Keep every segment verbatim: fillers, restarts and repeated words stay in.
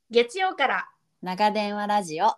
月曜から長電話ラジオ。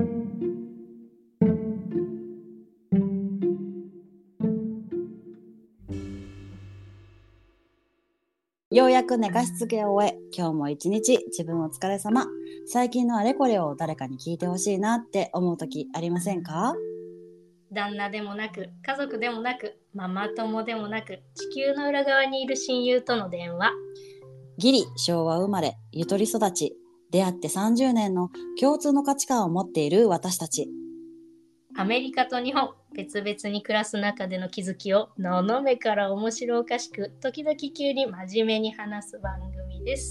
ようやく寝かしつけを終え、今日も一日自分お疲れ様。最近のあれこれを誰かに聞いてほしいなって思う時ありませんか？ 旦那でもなく家族でもなくママ友でもなく地球の裏側にいる親友との電話。 ギリ昭和生まれ、ゆとり育ち、出会ってさんじゅうねんの共通の価値観を持っている私たち。 アメリカと日本別々に暮らす中での気づきをののめから面白おかしく時々急に真面目に話す番組です。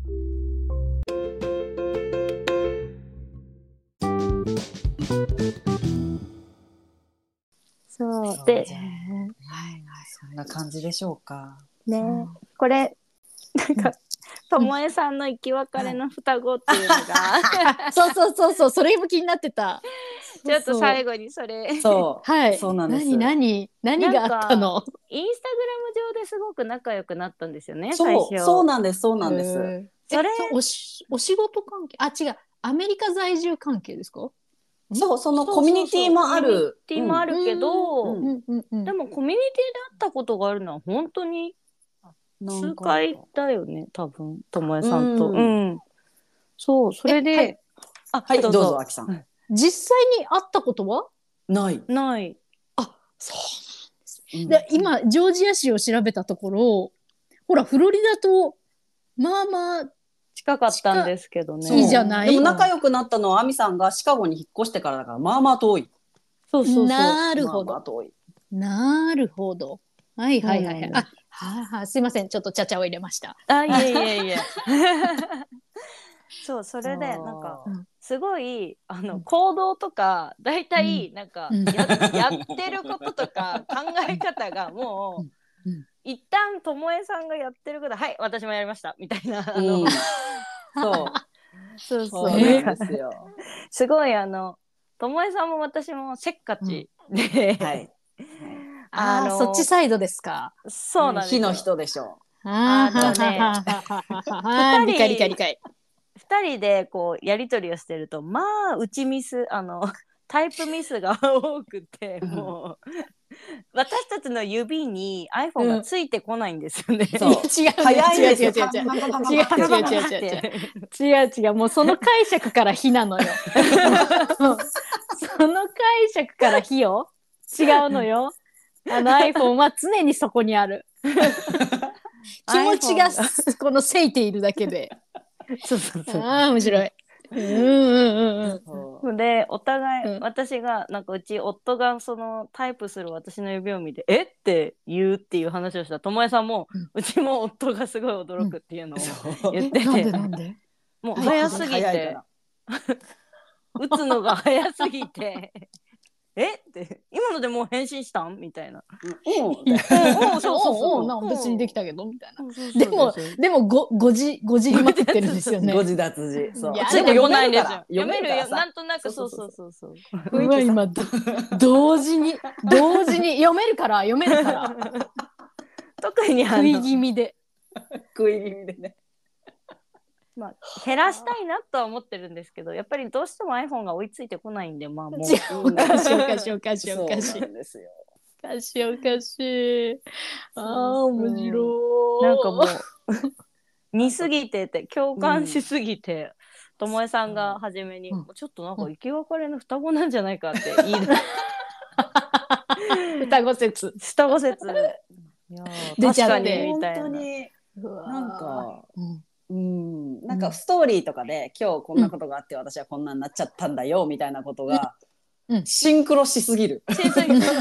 そうで、 じゃあはいはい、そんな感じでしょうかね、これなんかともえさんの生き別れの双子っていうのがそうそうそうそう、それも気になってた。 ちょっと最後にそれそうはい、 そうなんです。 何何何があったの？ インスタグラム上ですごく仲良くなったんですよね。 そう最初そうなんですそうなんです。 それおしお仕事関係、あ、違う、アメリカ在住関係ですか？ そう、そのコミュニティもある。 コミュニティもあるけど、 うんうんうんうん、 でもコミュニティで会ったことがあるのは本当に数回だよね、多分ともえさんと。うん、うん、そうそれで、はい、 あ、はい、どうぞあきさん。 実際に会ったことはないない。 あ、そうなんです、うん、で今ジョージア州を調べたところ、ほらフロリダとまあまあ近かったんですけどね。 いいじゃない。 でも仲良くなったのはアミさんがシカゴに引っ越してからだからまあまあ遠い。 そうそうそう。なるほど。 まあまあ遠い。 なるほど。はいはいはいはい。あ、ははすいません、ちょっとちゃちゃを入れました。 あ、いえいえいえ。そう、それでなんかすごいあの行動とかだいたいなんか や,、うん、やってることとか考え方がもう、うん、一旦ともえさんがやってること、はい私もやりましたみたいな、あの、うん、 そうそうそうそうなんですよ。 すごいあのともえさんも私もせっかちで、 うん、はい。 ああ、そっちサイドですか。 そうなんですよ。 火の人でしょう。 あのね、 二人理解理解理解。 二人でこうやり取りをしてると、まあ打ちミス、あのタイプミスが多くて、もう私たちの指に iPhone がついてこないんですよね。 うん、そう違う早いんですよ。 違う違う違う違う違う違う違う違う違う、もうその解釈から火なのよ。その解釈から火よ。違うのよ。あの iPhone は常にそこにある。気持ちがこのせいているだけで。 そうそうそう。 ああ面白い。うんうんうん。でお互い、うん、私がなんかうち夫がそのタイプする私の指を見てえって言うっていう話をしたともえさんも、うん、うちも夫がすごい驚くっていうのを言ってて、うん、 なんでなんでもう早すぎて打つのが早すぎてえって今のでもう返信したんみたいな。 うん、そうそうそう、別にできたけどみたいな。でもでもごごじごじりまくってるんですよね。 ごじ脱字。そう。 いやでも読めるですよ。読めるよ、なんとなく。そうそうそうそう。 うわ今同時に同時に読めるから読めるから。 特に食い気味で食い気味でね。 まあ、減らしたいなとは思ってるんですけど、やっぱりどうしても iPhone が追いついてこないんで、まあもう違う、おかしいおかしいおかしいおかしい。 そうなんですよ。 おかしいおかしい。ああ面白い。 なんかもう似すぎてて共感しすぎて、ともえさんが初めに、うん、ちょっとなんか生き別れの双子なんじゃないかって言い出双子説双子説いや出ちゃって確かにみたいな。 本当になんか。うんうん、なんかストーリーとかで、うん、今日こんなことがあって私はこんなになっちゃったんだよみたいなことが、うん、シンクロしすぎる。 しすぎる。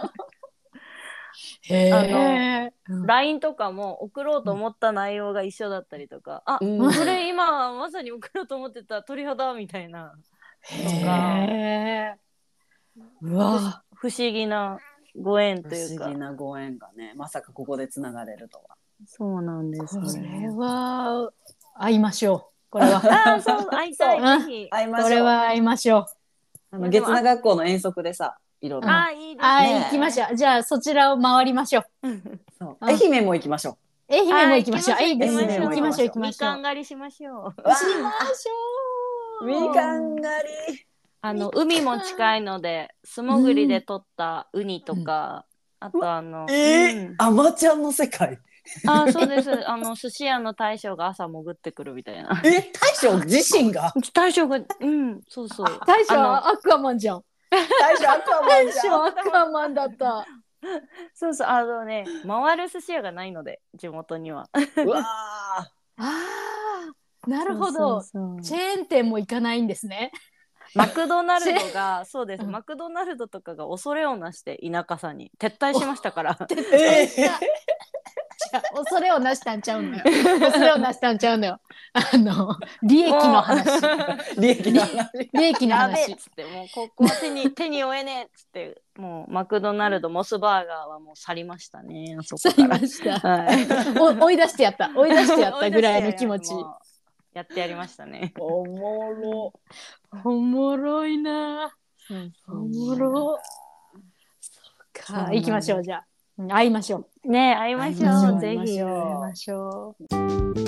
へあの ライン とかも送ろうと思った内容が一緒だったりとか、うん、あ、それ今まさに送ろうと思ってた鳥肌みたいなとか、 うわ不思議なご縁というか、 不思議なご縁がね、まさかここでつながれるとは。 そうなんです、 ね、これは会いましょう。これはあ、そう会いたい、ぜひ会いましょう。 これは会いましょう。 あの月名学校の遠足でさ、いろんな。 あ、いいですね。 あ、行きましょう。じゃあそちらを回りましょう。 そう、愛媛も行きましょ愛媛も行きましょう。 はいいいですね。 行きましょう行きましょう行きまみしょう。 かん狩りしましょう。 わしましょう。 みかん狩り。 あの海も近いので素潜りで取ったウニとか、うん、あとあのえー、 うん、 あまちゃんの世界。 あ、そうです。あの寿司屋の大将が朝潜ってくるみたいな。 え、大将自身が？ 大将が、うん、そうそう。 大将はアクアマンじゃん。 大将アクアマン大じゃん。 将アクアマンだった。 そうそう、あのね、回る寿司屋がないので地元には。 うわああ、なるほど。 そうそうそう、 チェーン店も行かないんですね。 マクドナルドがそうです、 うん、 マクドナルドとかが恐れをなして田舎さに撤退しましたから。 撤退した。恐れをなしたんちゃうのよ。恐れをなしたんちゃうのよ。あの利益の話。 利益の話。 利益のやべえ話。 っつってもうここは手に手に負えねえっつってもうマクドナルドモスバーガーはもう去りましたね。あそこ去りました。はい、お追い出してやった。追い出してやったぐらいの気持ち。 やってやりましたね。 おもろ。 おもろいな。おもろ。そうか。行きましょうじゃあ。会いましょう。ね、会いましょう。ぜひ。 会いましょう。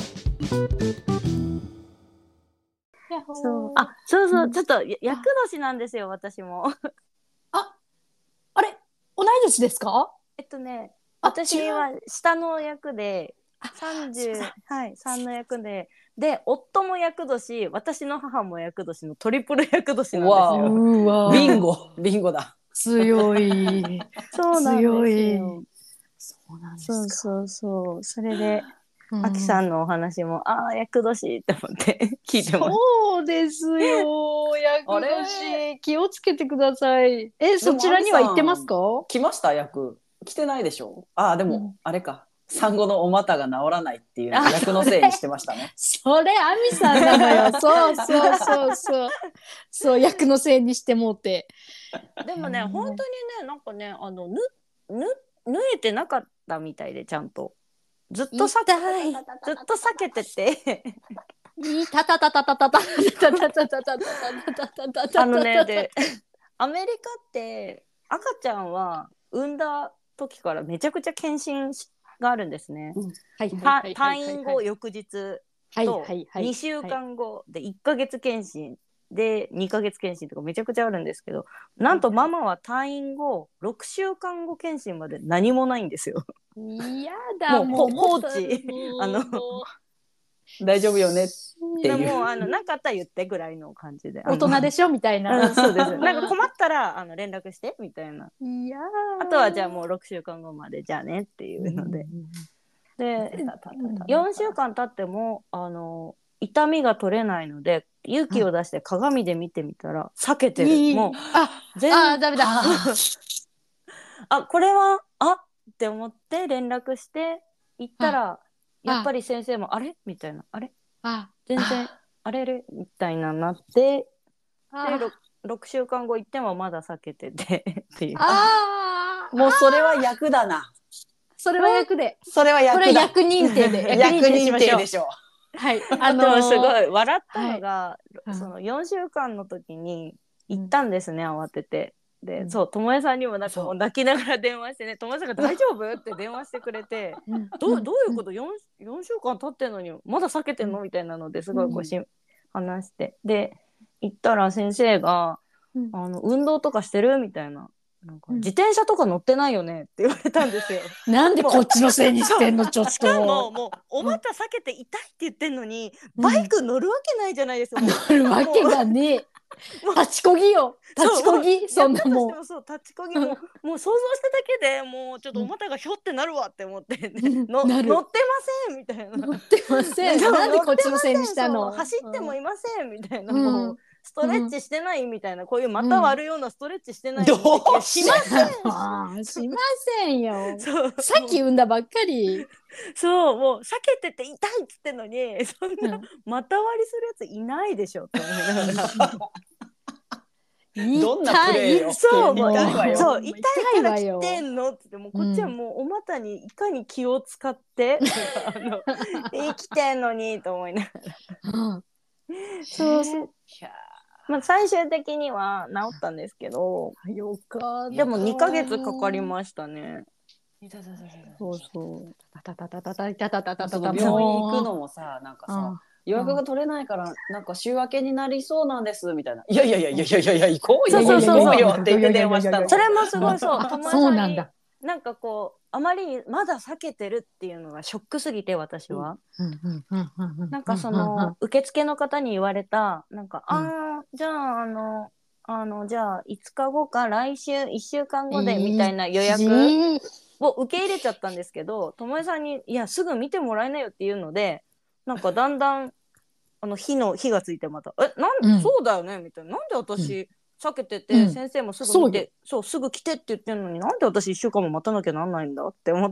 そう、あ、そうそう、ちょっと厄年なんですよ、私も。 あ、あれ、同い年ですか？ えっとね、私は下の役でさんじゅう、はい、さんの役で、で、夫も厄年、私の母も厄年のトリプル厄年なんですよ。 うわ、 ビンゴ、ビンゴだ。 強い。 そうなんですよ。 強い。そうなんですか。 そうそうそう。それで、あきさんのお話も、ああ、厄年って思って聞いてます。 そうですよ。厄年。気をつけてください。え、そちらには行ってますか？ 来ました役。来てないでしょ。ああ、でも、うん、あれか。産後のお股が治らないっていう役のせいにしてましたね。 それ、あみさんなのよ。そうそうそうそう。そう、役のせいにしてもうて。 でもね、本当にね、なんかね、あの、ぬ、ぬ、縫えてなかったみたいで、ちゃんと。ずっと避け、ずっと避けてて。 いたたたたたたたたたたたたたたた。 あのね、で、アメリカって赤ちゃんは産んだ時からめちゃくちゃ検診があるんですね。退院後翌日とにしゅうかんごでいっかげつ検診でにかげつ検診とかめちゃくちゃあるんですけど、なんとママは退院後ろくしゅうかんご検診まで何もないんですよ。 いやだ、 もう放置。あの大丈夫よねっていう。 もうあのなかったら言ってぐらいの感じで。 大人でしょみたいな。 そうです。なんか困ったらあの連絡してみたいな。 いやあとはじゃあもうろくしゅうかんごまでじゃあねっていうので。で、よんしゅうかん経ってもあの痛みが取れないので勇気を出して鏡で見てみたら避けてる。いいもうあ全あダメだ。 あこれはあって思って連絡して行ったら。やっぱり先生もあれみたいなあれあ全然あれれみたいななってで 6, ろくしゅうかんご行ってもまだ避けててっていう。 あもうそれは役だな。 それは役でそれは役だ。 これ役認定で役認定でしょう。 はい。あのー、すごい笑ったのが、はい、そのよんしゅうかんの時に行ったんですね、うん、慌てて。で、うん、そう友枝さんにもなんかもう泣きながら電話してね、友枝さんが大丈夫って電話してくれて、うん、ど, どういうこと 4, 4週間経ってんのにまだ避けてんのみたいなのですごいこうし、うん、話してで行ったら先生が、うん、あの運動とかしてるみたいな、なんか自転車とか乗ってないよねって言われたんですよ。 なんでこっちのせいにしてんのちょっと。しかももうお股避けて痛いって言ってんのに、うん、バイク乗るわけないじゃないですか。 乗るわけがねえ。立ちこぎよ立ちこぎ そ, そんなもんそう立ちこぎももう想像しただけでもうちょっとお股がひょってなるわって思って、ね、の乗ってませんみたいな。 乗ってませんなんでこっちのせいにしたの。 走ってもいませんみたいな、うん、もうストレッチしてないみたいな、こういう股割るようなストレッチしてない、うん、 どうしませんしませんよ。さっき産んだばっかり。 そうもう避けてて痛いっつってんのにそんな股割りするやついないでしょって思いながら。 どんなプレーよ。 そうもうそう痛いから来てんのって言ってもこっちはもうお股にいかに気を使って、うん、あの生きてんのにと思いながら、うん、そうそう、まあ、最終的には治ったんですけど、 よかった。 でもにかげつかかりましたね。 そうそうタタタタタタタタタタその病院行くのもさなんかさ予約が取れないからなんか週明けになりそうなんですみたいな。いやいやいやいやいやいやいや行こうよ行こうよって言って電話したの。 それもすごいそう友そう達になんだ。 なんかこうあまりにまだ避けてるっていうのがショックすぎて私は、なんかその受付の方に言われたなんか、うん、あじゃああのあのじゃあいつかごか来週いっしゅうかんごでみたいな予約を受け入れちゃったんですけど、ともえさんにいやすぐ見てもらえないよっていうのでなんかだんだんあの火の火がついてまたえなん、うん、そうだよねみたいななんで私、うん避けてて、うん、先生もすぐ見てそうそうすぐ来てって言ってるのになんで私いっしゅうかんも待たなきゃなんないんだって思って、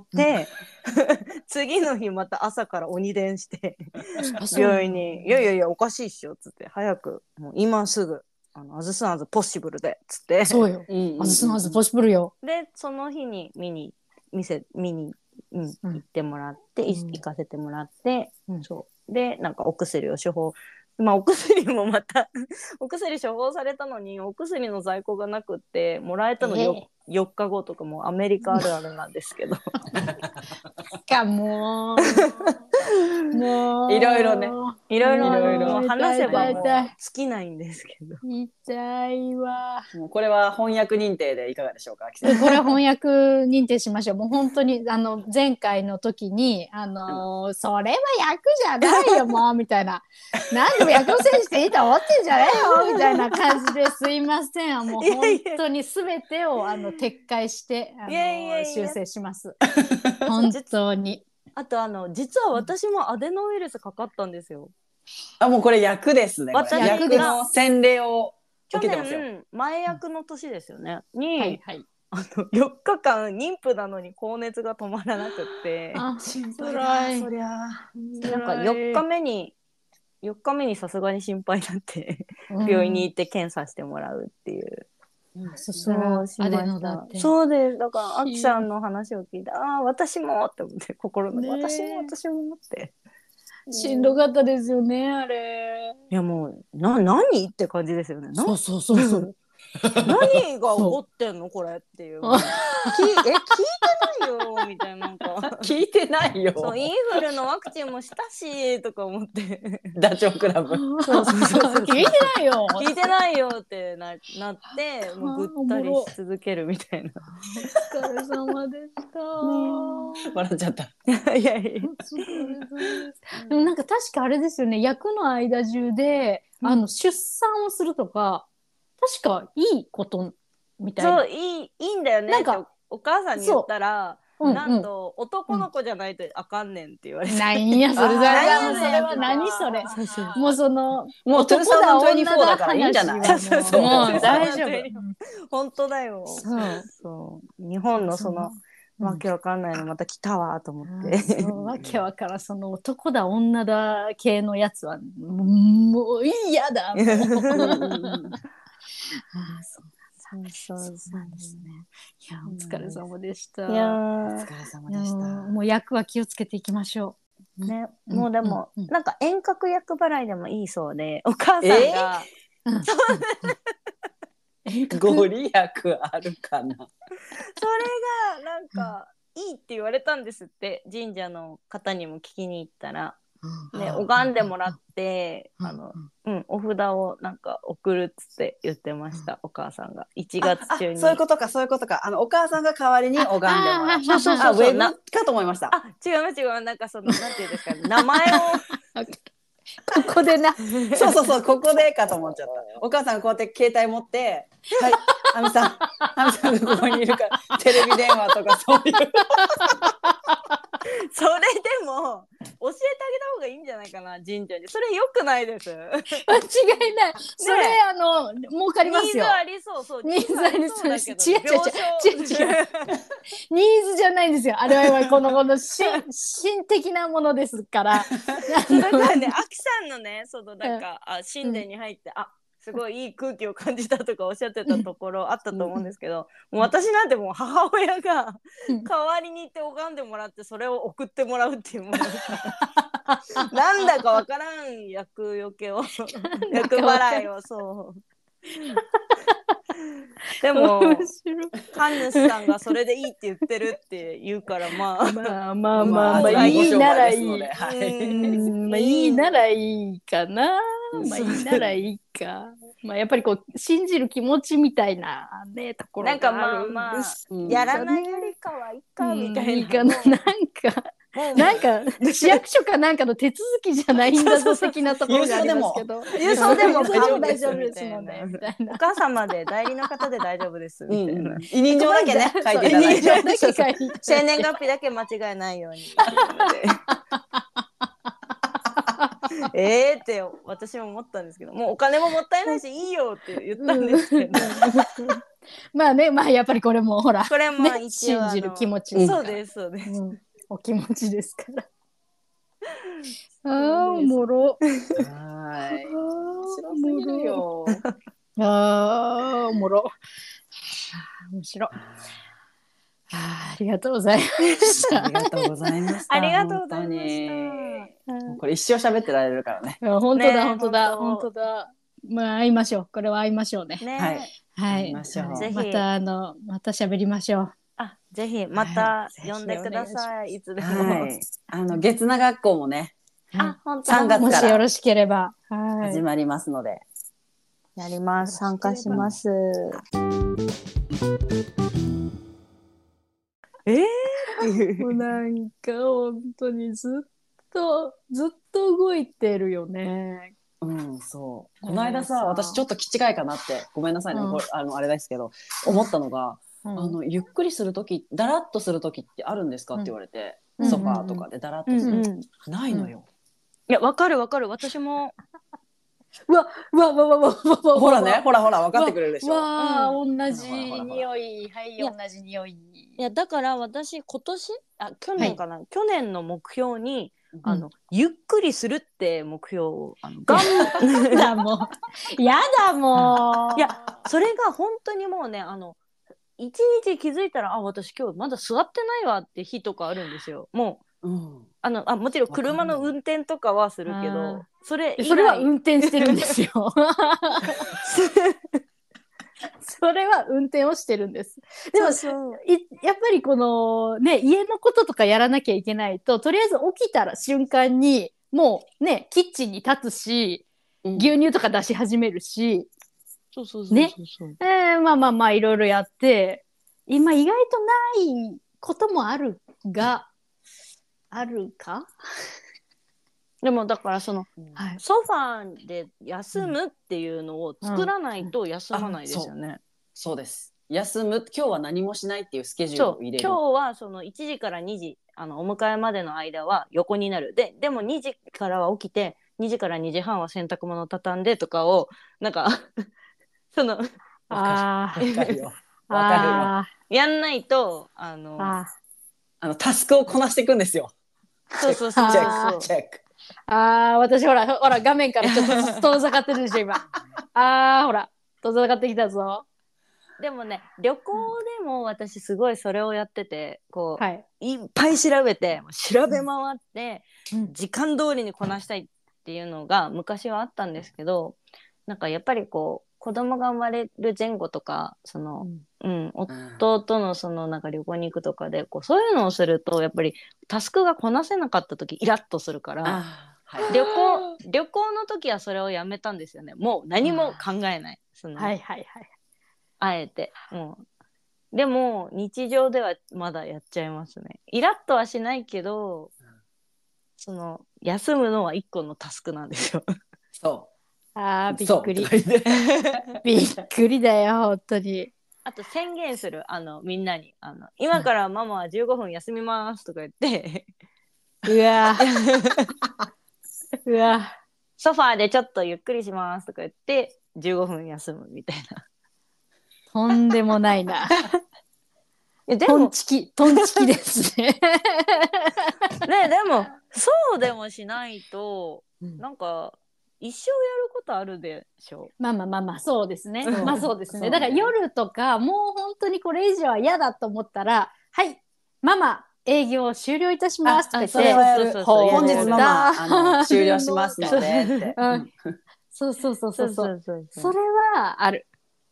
うん、次の日また朝から鬼電して病院に「いやいやいやおかしいっしょ」っつって早くもう今すぐあのアズスンアズポッシブルでっつってそうよアズスンアズポッシブルよでその日に見に店見に、うん、行ってもらって、うん、行かせてもらって、うん、そうでなんかお薬を処方まあお薬もまたお薬処方されたのにお薬の在庫がなくってもらえたの よ,、えー、よっかごとかもアメリカあるあるなんですけどかもうもういろいろねいろいろいろ話せばもう尽きないんですけど痛いわもうこれは翻訳認定でいかがでしょうか。 これは翻訳認定しましょう。もう本当にあの前回の時にあの、うん、それは役じゃないよもうみたいな何でも役のせいにしていいと思ってんじゃねえよみたいな感じですいませんもう本当に全てをあの撤回してあのいやいやいや修正します本当に。 あとあの実は私もアデノウイルスかかったんですよ。 あもうこれ役ですね。役の洗礼を受けてますよ。去年前役の年ですよね、うん、に、 はいはい、 あのよっかかん妊婦なのに高熱が止まらなくってあ心配そりゃなんかよっかめによっかめにさすがに心配になって病院に行って検査してもらうっていう。 うん、そうそうしました。 そうです。だからあきさんの話を聞いてああ私もって思って心の、ね、私も私も思ってしんどかったですよねあれ。 いやもうな何って感じですよね。 そうそうそうそう何が起こってんのこれっていう。きえ聞いてないよみたいななんか聞いてないよ。 そうインフルのワクチンもしたしとか思ってダチョウ倶楽部。 そうそうそう聞いてないよ聞いてないよってな、なってもうぐったりし続けるみたいな。 お疲れ様でした。 笑っちゃった。 いやいや。 でもなんか確かあれですよね。役の間中で、うん、あの出産をするとか。確かいいことみたいな。 そういいいいんだよねなんかお母さんに言ったら、うんうん、なんと男の子じゃないとあかんねんって言われて、うん、 なんやそれそれは何それもうそのもう男だ女だだからいいんじゃない。 そうそうもう大丈夫本当だよ。そうそう日本のそのわけわかんないのまた来たわと思って、 うん、わけわからんその男だ女だ系のやつはもう嫌だもうああそうなんそうそうそうですね。いやお疲れ様でした。 いやお疲れ様でした。 もう役は気をつけていきましょう。ね、うん、もうでも、うん、なんか遠隔役払いでもいいそうで、お母さんが、 えー、ご利益あるかな。それがなんか、うん、いいって言われたんですって神社の方にも聞きに行ったら。ね、拝んでもらって、あの、うん、お札をなんか送るっつって言ってました、お母さんがいちがつ中に。 そういうことかそういうことかあのお母さんが代わりに拝んでもらう。そうそうそうウェブかと思いました。 あ違う違うなんかそのなんていうんですか名前をここでなそうそうそうここでかと思っちゃった。お母さんがこうやって携帯持ってはいあみさんあみさんがここにいるからテレビ電話とかそういうそれでも教えてあげた方がいいんじゃないかな神社に。それ良くないです。間違いない。それ、ね、あの儲かりますよ。 ニーズありそうそう。 ニーズありそうだけど。違う違う違う違う違う。ニーズじゃないんですよ。あれはこのこの神神的なものですから。 だからね、あきさんのね、そのなんか、うん、あ神殿に入って、あすごいいい空気を感じたとかおっしゃってたところあったと思うんですけど、もう私なんてもう母親が代わりに行って拝んでもらってそれを送ってもらうっていうものなんだかわからん厄除けを厄払いをそうでも面白い。 神主さんがそれでいいって言ってるって言うからまあまあまあまあまあまあ、いいならいい。 ご商売ですのではいうんまあいいならいいかな。 うんまあいいならいいか。まあやっぱりこう信じる気持ちみたいなねところなんかがあるんまあまあですうんやらないよりかはいいかみたいな、 いいかな。なんかもうなんか市役所かなんかの手続きじゃないんだぞ的なところがありますけど、 郵送でも郵送でも大大丈夫丈夫でのですすみたいなでみたいなお。母様で代理の方で大丈夫ですみたいな、 うんうん委任状だけね書いていただいそう委任状て。 だけ書いていただいて生年月日だけ間違いないようにええって私も思ったんですけど、もうお金ももったいないしいいよって言ったんですけど、 まあね、まあやっぱりこれもほら、 これもね、 一応あの信じる気持ちですから。 そうですそうです、 うんお気持ちですから。ああ、おもろ。 はい。面白すぎるよ。 ああ、おもろ。はあ面白い。はあ、ありがとうございました。 ありがとうございました。 ありがとうございまし本当にこれ一生喋ってられるからね。 いや本当ねえだ、本当だ、 本当本当だ。まあ、会いましょう。これは会いましょうね。 たね、 はいはい。 会いましょうぜひまた、あの、また喋りましょう。 あぜひまたはい呼んでください、いつでも、 はい。あの月名学校もねあ本当ださんがつもからしよろしければ。はい。 始まりますので。 やります参加しますえーっていうもうなんか本当にずっとずっと動いてるよね。 うん、そう。この間さ、 うん私ちょっと気違いかなってごめんなさいね、 うんこれあのあれですけど思ったのが、 うんあのゆっくりする時だらっとする時ってあるんですかって言われて、 うんソファーとかでだらっとうんする、 うんないのよ。 いやわかるわかる私もうわうわうわうわうわうわうわほらね、ほらほら分かってくれるでしょ。 わあ、同じほらほらほら匂い。はい、 いや同じ匂い。 いやだから私今年あ去年かな、去年の目標にうんあの、ゆっくりするって目標をあの頑やだもう。やだもう。 いやそれが本当にもうねあの一日気づいたらあ私今日まだ座ってないわって日とかあるんですよ。もううん、 あのあもちろん車の運転とかはするけあどーそれ以外それは運転してるんですよ。それは運転をしてるんです。でもそうそういやっぱりこのね家のこととかやらなきゃいけないととりあえず起きたら瞬間にもうねキッチンに立つしうん牛乳とか出し始めるし、 そうそうそうねそうそうえーまあまあまあいろいろやって今意外とないこともあるがあるか、 でもだからそのはい、 ソファーで休むっていうのを作らないと休まないですよね。 そうです。休む、今日は何もしないっていうスケジュールそうを入れる。 今日はそのいちじからにじあのお迎えまでの間は横になるででもにじからは起きてにじからにじはんは洗濯物畳んでとかをなんかそのあーわかるよ。わかるよ。 あやんないとあのーああのタスクをこなしていくんですよ。 そうそうそうチェそうそうックチェック。 ーあー私ほらほら画面からちょっと遠ざかってるでしょ今。あーほら遠ざかってきたぞ。 でもね旅行でも私すごいそれをやっててこう、 はい。 い、っぱい調べて調べ回って、 うん時間通りにこなしたいっていうのが昔はあったんですけどなんかやっぱりこう子供が生まれる前後とかその、うん夫のそのなんか旅行に行くとかでこうそういうのをするとやっぱりタスクがこなせなかった時イラッとするからあーはい。 旅行旅行の時はそれをやめたんですよね。もう何も考えないその、 はいはいはい。 あえてもうでも日常ではまだやっちゃいますね。イラッとはしないけどその休むのは一個のタスクなんですよ。 そあーう。 びっくりそうとか言ってびっくりだよ本当に。 あと宣言するあのみんなにあの今からママはじゅうごふん休みますとか言ってうわうわソファーでちょっとゆっくりしますとか言ってじゅうごふん休むみたいな。 とんでもないな。 いやでトンもチキトンチキですね。 ねでもそうでもしないとうんなんか一生やることあるでしょ。 まあまあまあまあそうですね。 うんまあそうですね。 そうねだから夜とかもう本当にこれ以上は嫌だと思ったら、はいママ営業終了いたしますとか言って、 それはやる。 そうそうそう本日やるママあの終了しますのでって。 うんそうそうそうそうそう。 そうそれはある。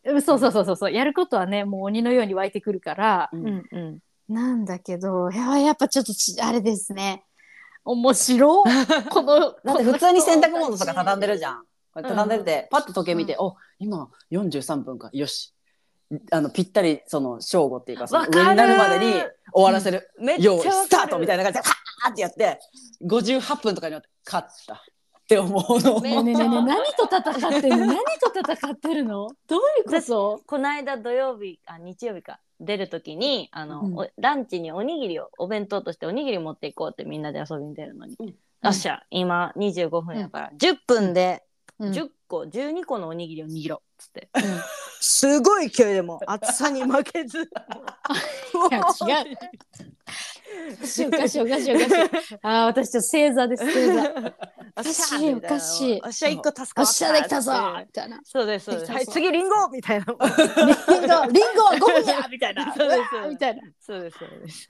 そうそうそうそうやることはねもう鬼のように湧いてくるから、 うんうん、 なんだけどいややっぱちょっとあれですね面白このだって普通に洗濯物とか畳んでるじゃん。これ畳んでて、うん、パッと時計見て、うん、お今よんじゅうさんぷんかよしあのぴったりその正午っていうかその上になるまでに終わらせる、うん、めっちゃよーいスタートみたいな感じでカーってやってごじゅうはっぷんとかになって勝ったって思うの。 ねえねえねえ何と戦ってるの何と戦ってるのどういうこと？ この間土曜日あ日曜日か出る時にあの、うん、ランチにおにぎりをお弁当としておにぎり持っていこうってみんなで遊びに出るのに、うん、よっしゃ今にじゅうごふんやから、うん、じゅっぷんでじゅっこじゅうにこのおにぎりを握ろうっつって、うん、すごい勢いでも暑さに負けずいや違うおかしいおかしいおかしいおかしいあー私ちょっと正座です正座おかしいおかしいおっしゃいっこ助かったおっしゃできたぞみたいなそうですそうですはい次リンゴみたいなリンゴリンゴはごふんやみたいなそうですみたいなそうですそうです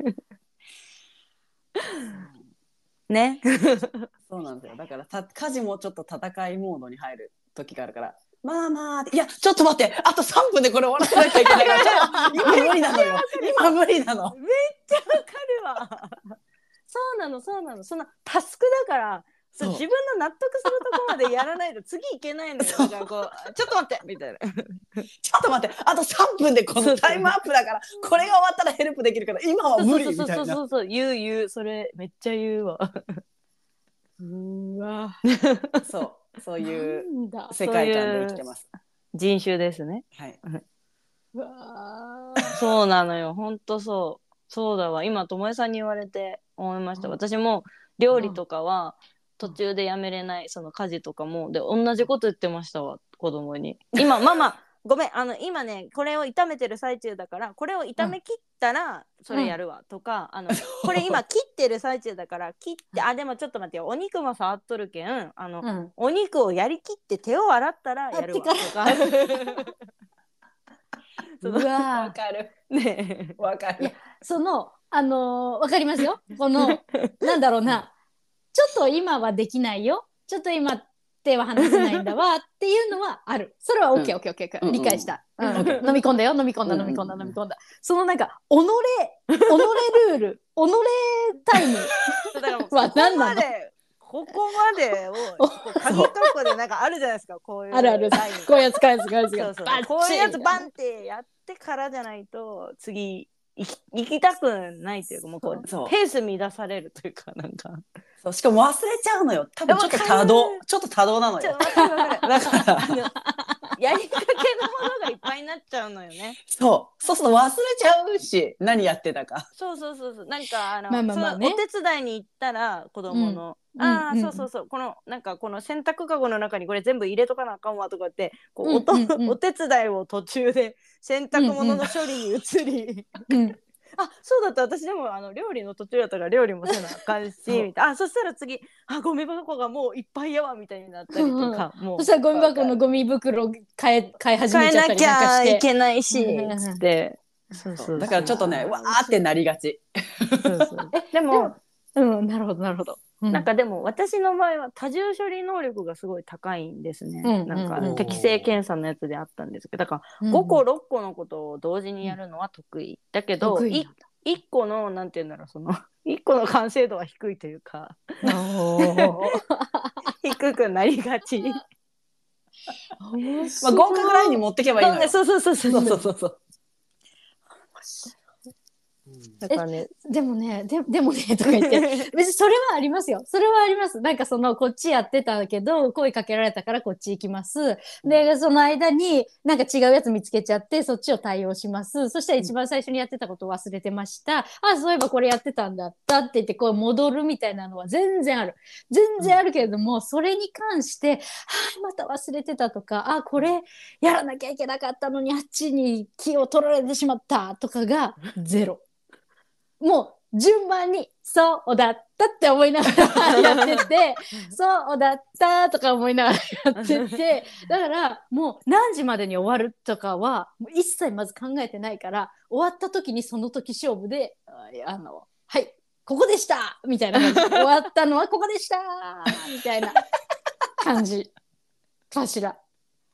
ねそうなんですよだからた家事もちょっと戦いモードに入る時があるからまあまあいやちょっと待ってあとさんぷんでこれ終わらせなきゃいけないから今無理なのよ今無理なのめっちゃわかるわそうなのそうなのそのタスクだからそう自分の納得するところまでやらないと次いけないのよだからこうちょっと待ってみたいなちょっと待ってあとさんぷんでこのタイムアップだからこれが終わったらヘルプできるから今は無理みたいなそうそうそうそう言う言うそれめっちゃ言うわうわそうそういう世界観で生きてます人種ですねはい、 うわそうなのよほんとそうそうだわ今ともえさんに言われて思いました、うん、私も料理とかは途中でやめれないその家事とかもで同じこと言ってましたわ子供に今ママごめんあの今ねこれを炒めてる最中だからこれを炒め切ったらそれやるわ、うん、とかあのこれ今切ってる最中だから切ってあでもちょっと待ってよお肉も触っとるけんあの、うん、お肉をやりきって手を洗ったらやるわとかうわわかるねわかるいやそのあのー、わかりますよこのなんだろうなちょっと今はできないよちょっと今手は離せないんだわっていうのはあるそれは オーケーオーケーオーケー、うん、理解した、うんうん、飲み込んだよ飲み込んだ飲み込んだ飲み込んだそのなんか己己ルール己タイムは何なのここまでを鍵とこでなんかあるじゃないですかこういうあるあるこういうやつこういうやつこういうやつそうそうこういうやつバンってやってからじゃないと次行き、行きたくないというかもうこうそうペース乱されるというかなんかそうしかも忘れちゃうのよ多分ちょっと多動ちょっと多動なのよだからあのやりかけのものがいっぱいになっちゃうのよねそうそうすると忘れちゃうし何やってたかそうそうそうそうなんかあの、 まあまあまあね、 そのお手伝いに行ったら子供の、うん、ああ、うんうん、そうそうそうこのなんかこの洗濯かごの中にこれ全部入れとかなあかんわとかってこう、うんうんうん、お手伝いを途中で洗濯物の処理に移り、うんうんあそうだった私でもあの料理の途中だったから料理もせなあかんしみたいなあそしたら次あゴミ箱がもういっぱいやわみたいになったりとか、うん、もうそしたらゴミ箱のゴミ袋変え変え始めちゃったりなんかして変えなきゃいけないしつってそうそうだからちょっとねわーってなりがちそうそうでもうんなるほどなるほどうん、なんかでも私の場合は多重処理能力がすごい高いんですね、うん、なんか適正検査のやつであったんですけどだからごころっこのことを同時にやるのは得意、うん、だけど 1, いっこのなんていうんだろうそのいっこの完成度は低いというか低くなりがちまあ合格ラインに持ってけばいいのよそうそうそうそうそうそうそうだからね、でもねででもねとか言って別にそれはありますよそれはありますなんかそのこっちやってたけど声かけられたからこっち行きますでその間になんか違うやつ見つけちゃってそっちを対応しますそしたら一番最初にやってたことを忘れてました、うん、あそういえばこれやってたんだったって言ってこう戻るみたいなのは全然ある全然あるけれども、うん、それに関してはあまた忘れてたとかあこれやらなきゃいけなかったのにあっちに気を取られてしまったとかがゼロもう順番にそうだったって思いながらやっててそうだったとか思いながらやっててだからもう何時までに終わるとかはもう一切まず考えてないから終わった時にその時勝負であのはいここでしたみたいな感じで終わったのはここでしたみたいな感じかしら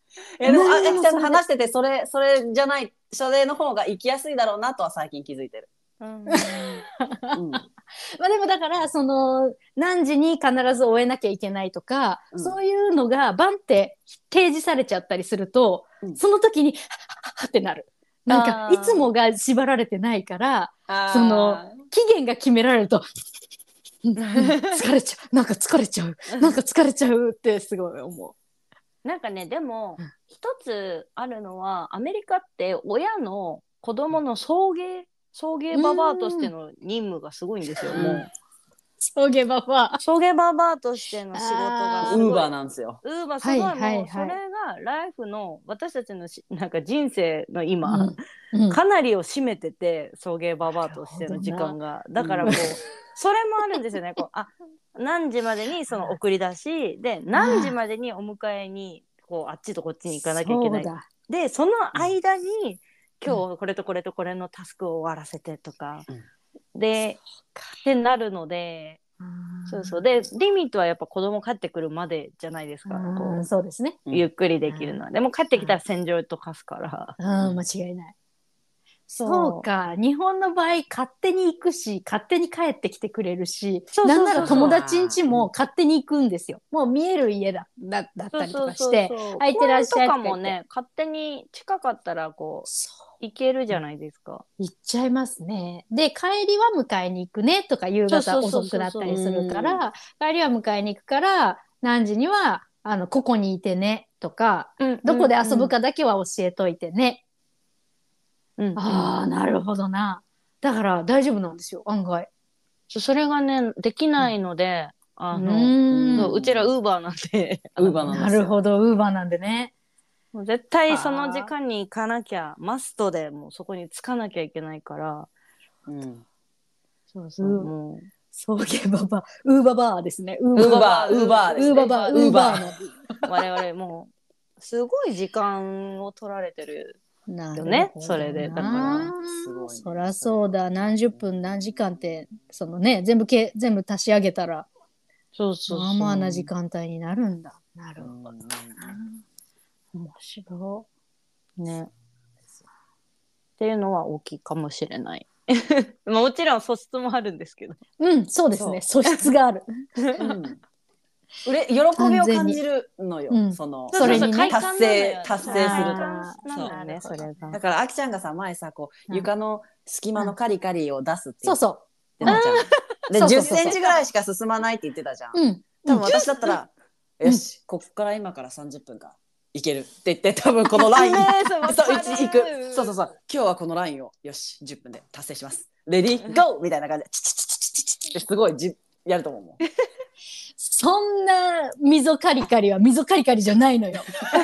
えでもあ何もあきちゃんと話しててそれそれじゃないそれの方が生きやすいだろうなとは最近気づいてる。 うん、 うん、 まあでもだからその何時に必ず終えなきゃいけないとか、 うんそういうのがバンって提示されちゃったりすると、うん、その時にハッハッってなる。なんかいつもが縛られてないからその期限が決められると疲れちゃうなんか疲れちゃうなんか疲れちゃうってすごい思う。なんかねでも一つあるのはアメリカって親の子供の送迎送迎ババアとしての任務がすごいんですよ。もう送迎ババア送迎ババアとしての仕事がすごいウーバーなんですよ。 ウーバーすごい、はいはいはい、もうそれがライフの私たちのしなんか人生の今、うんうん、かなりを占めてて送迎ババアとしての時間がだからこう、うん、それもあるんですよね。こうあ何時までにその送り出しで何時までにお迎えにこうあっちとこっちに行かなきゃいけない。でその間に、うん、今日これとこれとこれのタスクを終わらせてとか、うん、でってなるので。そうそうでリミットはやっぱ子供帰ってくるまでじゃないですか。こうそうですね。 ゆっくりできるのは。でも帰ってきたら洗浄とかすから。 うん間違いない。そうか日本の場合勝手に行くし勝手に帰ってきてくれるし、なんなら友達ん家も勝手に行くんですよ。もう見える家だだだったりとかして空いてらっしゃいとかもね勝手に近かったらこう行けるじゃないですか。 行っちゃいますね。で帰りは迎えに行くねとか夕方遅くなったりするから帰りは迎えに行くから何時にはあのここにいてねとか、うん、どこで遊ぶかだけは教えといてね。うんうん、ああなるほどな。だから大丈夫なんですよ案外。 それがねできないので、うん、あの う, うちらウーバーなんでウーバーなんですよ。 なるほどウーバーなんでね。 もう絶対その時間に行かなきゃマストでもうそこに着かなきゃいけないから、うん、 そうそう、うん、もう送迎ババウーバーバーですね。ウーバーウーバーウーバーバーウーバーの我々もうすごい時間を取られてるよね。それでだからすごい、ね、そりゃそうだ何十分何時間ってそのね全部け全部足し上げたらそうそうそうまあまあな時間帯になるんだ。なるほどな。面白いね。 っていうのは大きいかもしれない。もちろん素質もあるんですけど。 うんそうですね素質がある。うんうれ喜びを感じるのよ、うん、そのそれに、ね、 達成達成するとそうねそれがだからあきちゃんがさ前さこう、うん、床の隙間のカリカリを出すってそうそう言ってたじゃん。でそうそうそうそうじゅっセンチぐらいしか進まないって言ってたじゃん、うん、多分私だったら、うん、よしこっから今からさんじゅっぷんかいけるって言って多分このラインそう行くそうそうそう今日はこのラインをよしじゅっぷんで達成しますレディーゴーみたいな感じでチチチチチチってすごいじやると思うもん。 そんな溝カリカリは溝カリカリじゃないのよ。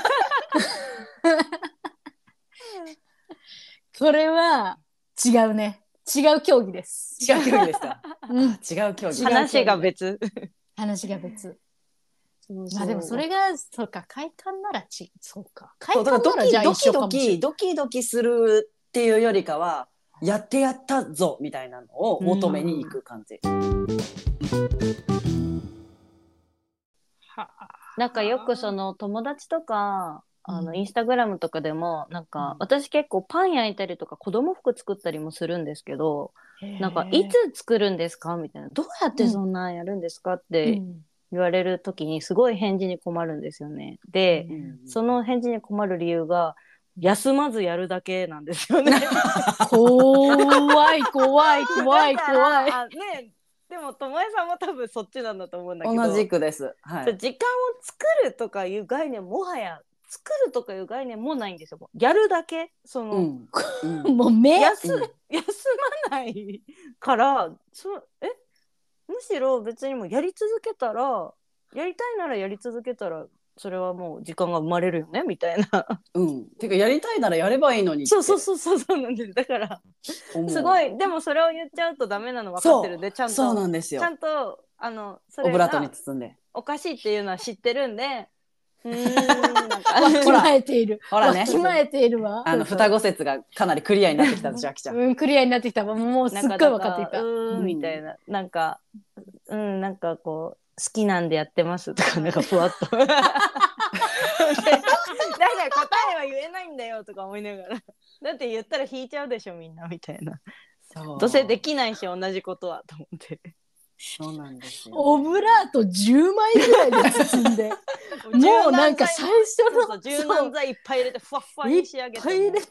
これは違うね。違う競技です。 違う競技ですか。うん、違う競技。 話が別。 話が別。そうそうまあでもそれがそうか快感ならちそうか快感ならじゃあ一緒かもしれない。 ドキドキドキドキするっていうよりかはやってやったぞみたいなのを求めに行く感じ。 なんかよくその友達とかあのインスタグラムとかでもなんか、うん、私結構パン焼いたりとか子供服作ったりもするんですけどなんかいつ作るんですかみたいなどうやってそんなやるんですかって言われる時にすごい返事に困るんですよね。で、うん、その返事に困る理由が休まずやるだけなんですよね。 怖い怖い怖い怖い。 あねでもともえさんも多分そっちなんだと思うんだけど同じくです、はい、 時間を作るとかいう概念もはや作るとかいう概念もないんですよ。やるだけその、うんうん、もう目休、うん、休まないからそえむしろ別にもやり続けたらやりたいならやり続けたらそれはもう時間が生まれるよねみたいな。 うん。てかやりたいならやればいいのにって。 そうそうそうそうそうなんです。だからすごいでもそれを言っちゃうとダメなの分かってるんでちゃんとそうなんですよ。 ちゃんとあのそれがオブラートに包んでおかしいっていうのは知ってるんで。うーんなんかわきまえている。 ほらね。 わきまえているわ。 あの双子説がかなりクリアになってきたじゃあきちゃん。 うんクリアになってきた。もうすっごい分かってきた。 うんみたいななんかうんなんかこう好きなんでやってますとかなんかふわっと。だかとか思いながらだって言ったら引いちゃうでしょみんなみたいな。 そうどうせできないし同じことはと思ってそうなんですよ。 オブラートじゅうまいぐらいで包んでもうなんか最初のそうそう柔軟剤いっぱい入れてふわっふわに仕上げていっぱい入れて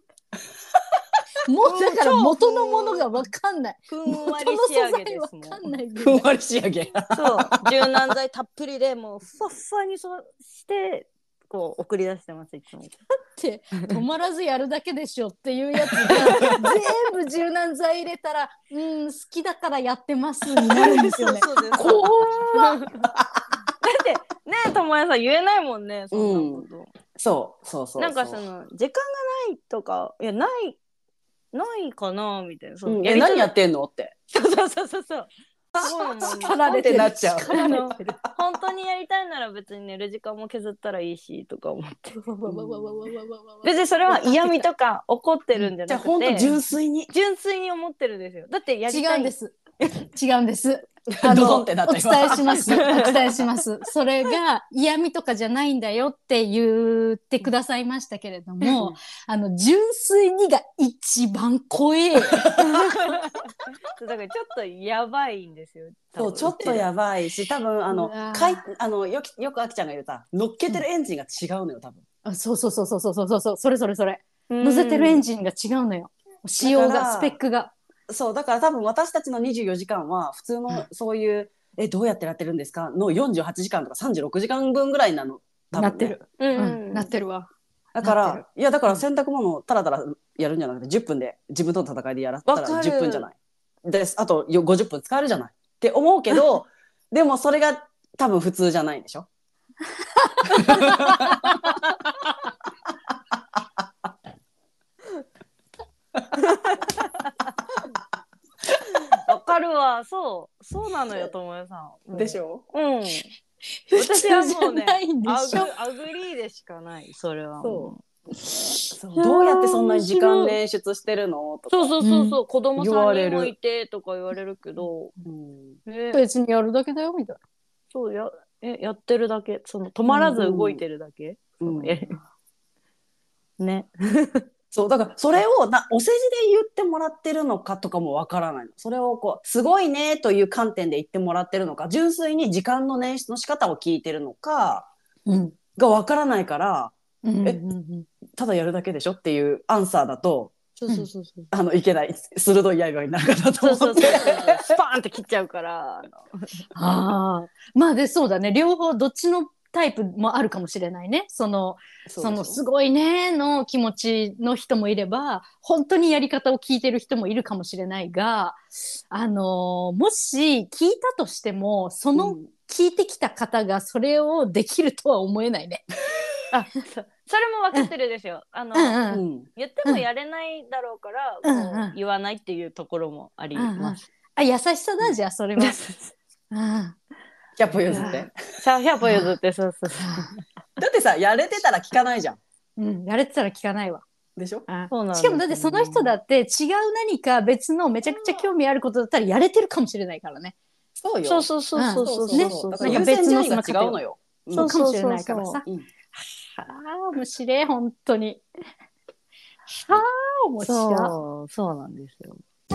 もうだから元のものが分かんないふんわり仕上げですもん。 元の素材分かんないぐふんらいわり仕上げ。 そう柔軟剤たっぷりでもうふわっふわにそうしてこう送り出してますいつも。 って止まらずやるだけでしょっていうやつが全部柔軟剤入れたらうん好きだからやってますになるんですよね。 そうです怖っだってねともやさん言えないもんねそんなこと、 うん、そうそうそうそうなんかその時間がないとかいやないないかなみたいな、 うん、え何やってんのって。 そうそうそうそうそうすごいもんね叱られてるなっちゃう。 叱られてる本当にやりたいなら別に寝る時間も削ったらいいしとか思って別にそれは嫌味とか怒ってるんじゃじゃあなくて本当純粋に純粋に思ってるんですよ。だってやりたい違うんです違うんですあドドのンってなったお伝えしますお伝えしますそれが嫌味とかじゃないんだよって言ってくださいましたけれども、あの純粋にが一番怖えだからちょっとやばいんですよ。 そうちょっとやばいし多分あのうわーかいあのよきよくあきちゃんが言うた乗っけてるエンジンが違うのよ多分。 あそうそうそうそうそうそうそうそれそれそれうん乗せてるエンジンが違うのよ仕様だからがスペックがそうだから多分私たちのにじゅうよじかんは普通のそういうえどうやってやってるんですかのよんじゅうはちじかんとかさんじゅうろくじかんぶんぐらいなの多分、ね、 なってる、 うんうん、なってるわだかなってるらいやだから洗濯物をタラタラやるんじゃなくてじゅっぷんで自分との戦いでやらったわからるじゅっぷんじゃないですあとよごじゅっぷん使えるじゃないって思うけどでもそれが多分普通じゃないんでしょわかるわそうそうなのよともやさん。 でしょうん普通私はもうねじゃないんでアしょグアグリーでしかないそれはもうそうどうやってそんなに時間捻出してるのとかそうそうそうそう、子供言わさんれるにんもいてとか言われるけど、 うんね、 別にやるだけだよみたいそうやえやってるだけその止まらず動いてるだけ、 うんそのえねそうだからそれをなお世辞で言ってもらってるのかとかもわからないのそれをこうすごいねという観点で言ってもらってるのか純粋に時間の捻出の仕方を聞いてるのかな、うんがわからないからうんえうんうんただやるだけでしょっていうアンサーだとそうそうそうそうあのいけない鋭い刃になるかなと思ってそうそうそうそうスパーンって切っちゃうからああまあでそうだね両方どっちのタイプもあるかもしれないねそのそそのすごいねの気持ちの人もいれば本当にやり方を聞いてる人もいるかもしれないがあのもし聞いたとしてもその聞いてきた方がそれをできるとは思えないね。 あそそれも分かってるですよあの、 うんううんん言ってもやれないだろうから、 うんこう言わないっていうところもあります、 あ優しさだじゃあそれは。うんひゃっぽ譲ってシャーひゃっぽ譲ってそうそうそうだってさやれてたら聞かないじゃんうん、やれてたら聞かないわ。 でしょそうなんですしかもだってその人だって違う何か別のめちゃくちゃ興味あることだったらやれてるかもしれないからね。 そうよそうそうそうそうそうそうそうそうだから優先順位が違うのよそうかもしれないからさ。 うんはあ面白い本当に。はあ面白い。 そうそうなんですよ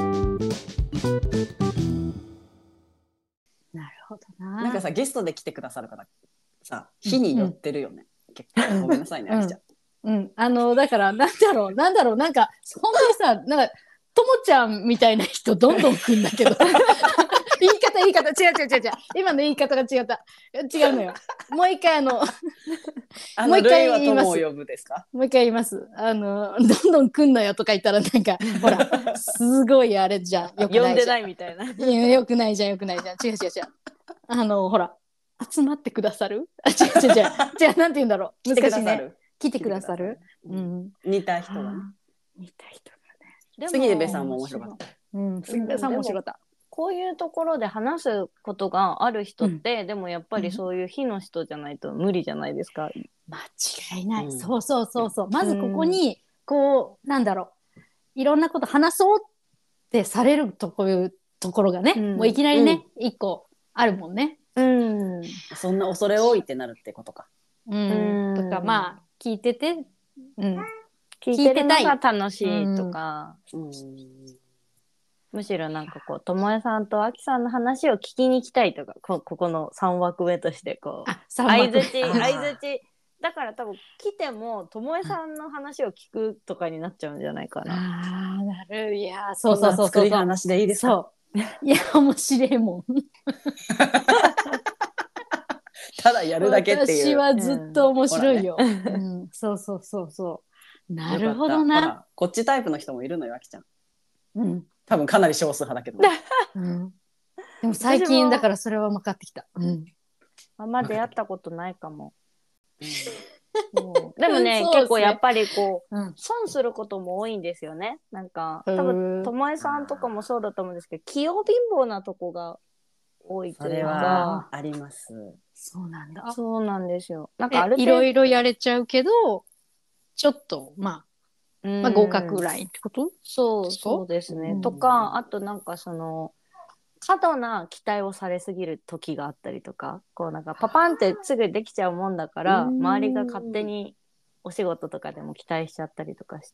なるほどな。 なんかさゲストで来てくださる方さ日によってるよね、結構ごめんなさいね、 うんあきちゃん。 うんあのだからなんだろうなんだろうなんか本当にさなんかともちゃんみたいな人どんどん来んだけど言い方言い方違う違う違う違う今の言い方が違った違うのよもう一回あのあもう一回のルイは言います友を呼ぶですかもう一回言いますあのどんどん来んのよとか言ったらなんかほらすごいあれじゃんよく呼んでないじゃんないみたいないやよくないじゃんよくないじゃん違う違う違うあのほら集まってくださるあ違う違う違う違うなんて言うんだろう来てく難しいねださる来てくださる来てくださるうん似た人がね似た人がでも杉部さんも面白かったうん杉部さんも面白かったこういうところで話すことがある人って、うん、でもやっぱりそういう非の人じゃないと無理じゃないですか。 間違いない、 うん、 そうそうそうそうまずここにこうなんだろういろんなこと話そうってされるとこういうところがね、うん、もういきなりね一、うん、個あるもんね。 うん、 そんな恐れ多いってなるってことか。 うん、とかまあ聞いてて、うん、 聞いてるのが楽しいとか、 うん、 むしろなんかこうともえさんとあきさんの話を聞きに行きたいとか、こここのさん枠目としてこう相づち相づちだから多分来てもともえさんの話を聞くとかになっちゃうんじゃないかな。 ああ、なる。いや、そうそうそうそう。 作り話でいいですか。 そういや、面白いもん。 ただやるだけっていう。 私はずっと面白いよ。うんね、うん、そうそうそうそう。なるほどな。ほら、 こっちタイプの人もいるのよ、あきちゃん。 うん。 多分かなり少数派だけど。 うん、でも最近だからそれは分かってきた。うん。 あんま出会ったことないかも。うん、でもね、結構やっぱりこう、うん、損することも多いんですよね。なんか多分ともえさんとかもそうだと思うんですけど、器用貧乏なとこが多いというか。それはあります。 そうなんだ。 そうなんですよ。なんかある程度いろいろやれちゃうけど、ちょっとまあ、まあ、合格ラインってこと？ そうそうですね。とか、あとなんかその過度な期待をされすぎる時があったりとか、こうなんかパパンってすぐできちゃうもんだから、周りが勝手にお仕事とかでも期待しちゃったりとかして、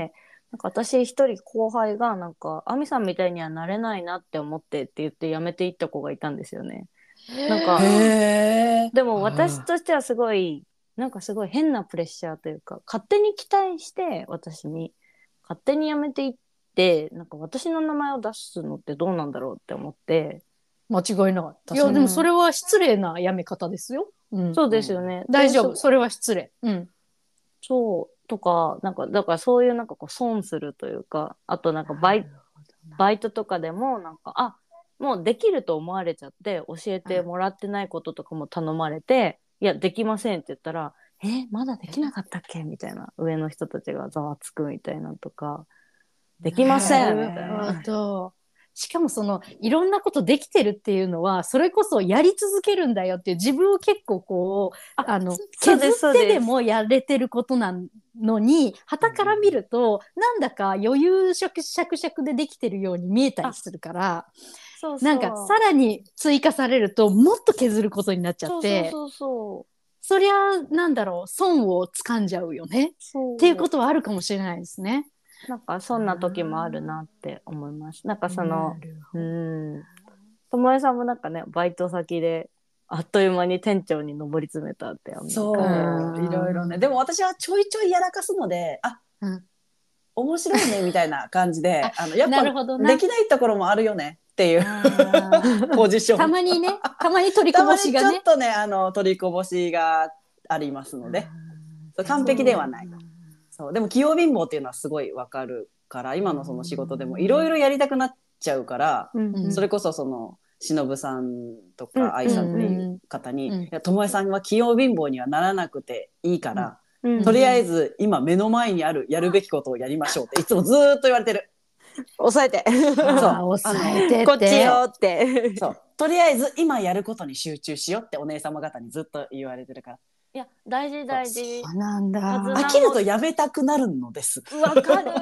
なんか私一人後輩がなんか亜美さんみたいにはなれないなって思ってって言って辞めていった子がいたんですよね。なんかでも私としてはすごいなんかすごい変なプレッシャーというか、勝手に期待して私に勝手に辞めていってでなんか私の名前を出すのってどうなんだろうって思って。 間違いない。いやでもそれは失礼なやめ方ですよ。 うん、そうですよね。 大丈夫。それは失礼。うん。 そうとかなんかだからそういうなんかこう損するというか、あとなんかバイバイトとかでもなんかあもうできると思われちゃって教えてもらってないこととかも頼まれて、いやできませんって言ったらえまだできなかったっけみたいな、上の人たちがざわつくみたいなとか。できませんみたいな。 しかもそのいろんなことできてるっていうのはそれこそやり続けるんだよっていう、自分を結構こうああの削ってでもやれてることなのに、傍から見るとなんだか余裕しゃくしゃくしゃくでできてるように見えたりするから、そうそうなんかさらに追加されるともっと削ることになっちゃって、そうそうそうそう、そりゃなんだろう損を掴んじゃうよねっていうことはあるかもしれないですね。 なんかそんな時もあるなって思います。なんかそのうんともえさんもなんかねバイト先であっという間に店長に上り詰めたって。 そういろいろね。でも私はちょいちょいやらかすのであ、うん、面白いねみたいな感じでああのやっぱできないところもあるよねっていうポジション。 たまにねたまに取りこぼしがねたまにちょっとねあの取りこぼしがありますので完璧ではない。そうでも器用貧乏っていうのはすごいわかるから、今のその仕事でもいろいろやりたくなっちゃうから、うんうん、それこそその忍さんとか愛さんっていう方に、うんうんうん、いやともえさんは器用貧乏にはならなくていいから、うんうん、とりあえず今目の前にあるやるべきことをやりましょうっていつもずっと言われてる。 抑えてそう抑えてこっちよってそうとりあえず今やることに集中しようってお姉様方にずっと言われてるから。 いや大事大事。 そうなんだ。 飽きるとやめたくなるのです。 わかる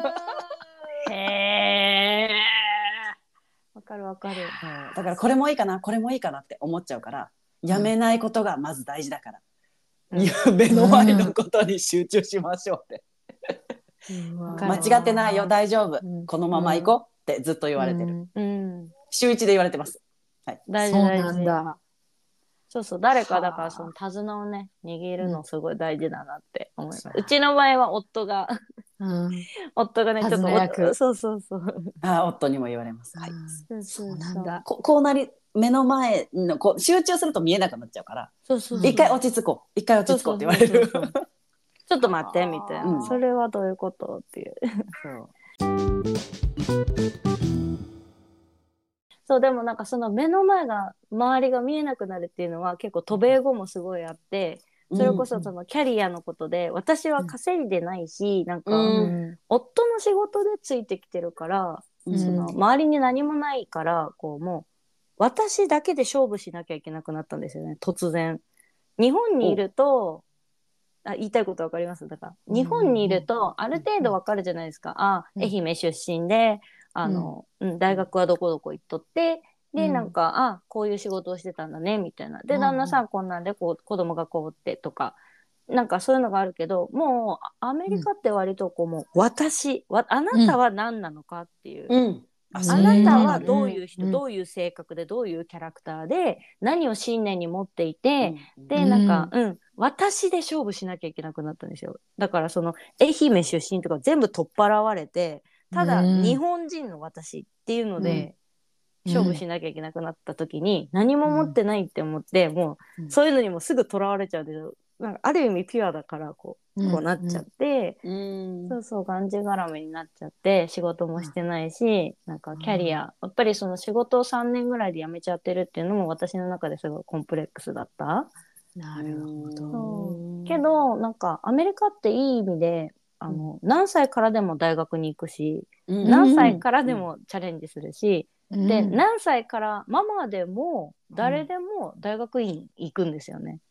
へーわかるわかる。 だからこれもいいかなこれもいいかなって思っちゃうからやめないことがまず大事だから、うん、いや目の前のことに集中しましょうって、うん、間違ってないよ大丈夫、うん、このまま行こうってずっと言われてる、うん、週一で言われてます、 はい、大事大事。そうなんだ。そうそう誰かだからその手綱をね握るのすごい大事だなって思います、うん、うちの場合は夫が、うん、夫がねちょっと役そうそうそうあ夫にも言われます、はい、 そうそうなんだ。 ここうなり目の前のこう集中すると見えなくなっちゃうからそうそうそう一回落ち着こう一回落ち着こうって言われる。 ちょっと待ってみたいな、うん、それはどういうことっていうそうそうでもなんかその目の前が周りが見えなくなるっていうのは結構渡米後もすごいあって、それこそそのキャリアのことで、うん、私は稼いでないし、うん、なんか、うん、夫の仕事でついてきてるから、うん、その周りに何もないからこうもう私だけで勝負しなきゃいけなくなったんですよね突然。日本にいるとあ言いたいことわかります？だから日本にいるとある程度わかるじゃないですか、うん、あ愛媛出身であの、うん、大学はどこどこ行っとってで、うん、なんかあこういう仕事をしてたんだねみたいなで旦那さんこんなんでこう子供がこうってとかなんかそういうのがあるけど、もうアメリカって割とこうもう私わあなたは何なのかっていう、 うん、 あそなたれわかるはどういう人、 うんどういう性格でどういうキャラクターで何を信念に持っていて、 うんでなんか、うん私で勝負しなきゃいけなくなったんですよ。だからその愛媛出身とか全部取っ払われて、ただうん日本人の私っていうので、 うん勝負しなきゃいけなくなった時に何も持ってないって思って、もうそういうのにもすぐとらわれちゃうんですよ。なんかある意味ピュアだからこう、こうなっちゃって、 うんそうそうがんじがらめになっちゃって仕事もしてないし、なんかキャリア、やっぱりその仕事をさんねんぐらいで辞めちゃってるっていうのも私の中ですごいコンプレックスだった。 なるほど。 そうけどなんかアメリカっていい意味であの、うん、何歳からでも大学に行くし、うん、何歳からでもチャレンジするし、うん、で何歳からママでも誰でも大学院行くんですよね。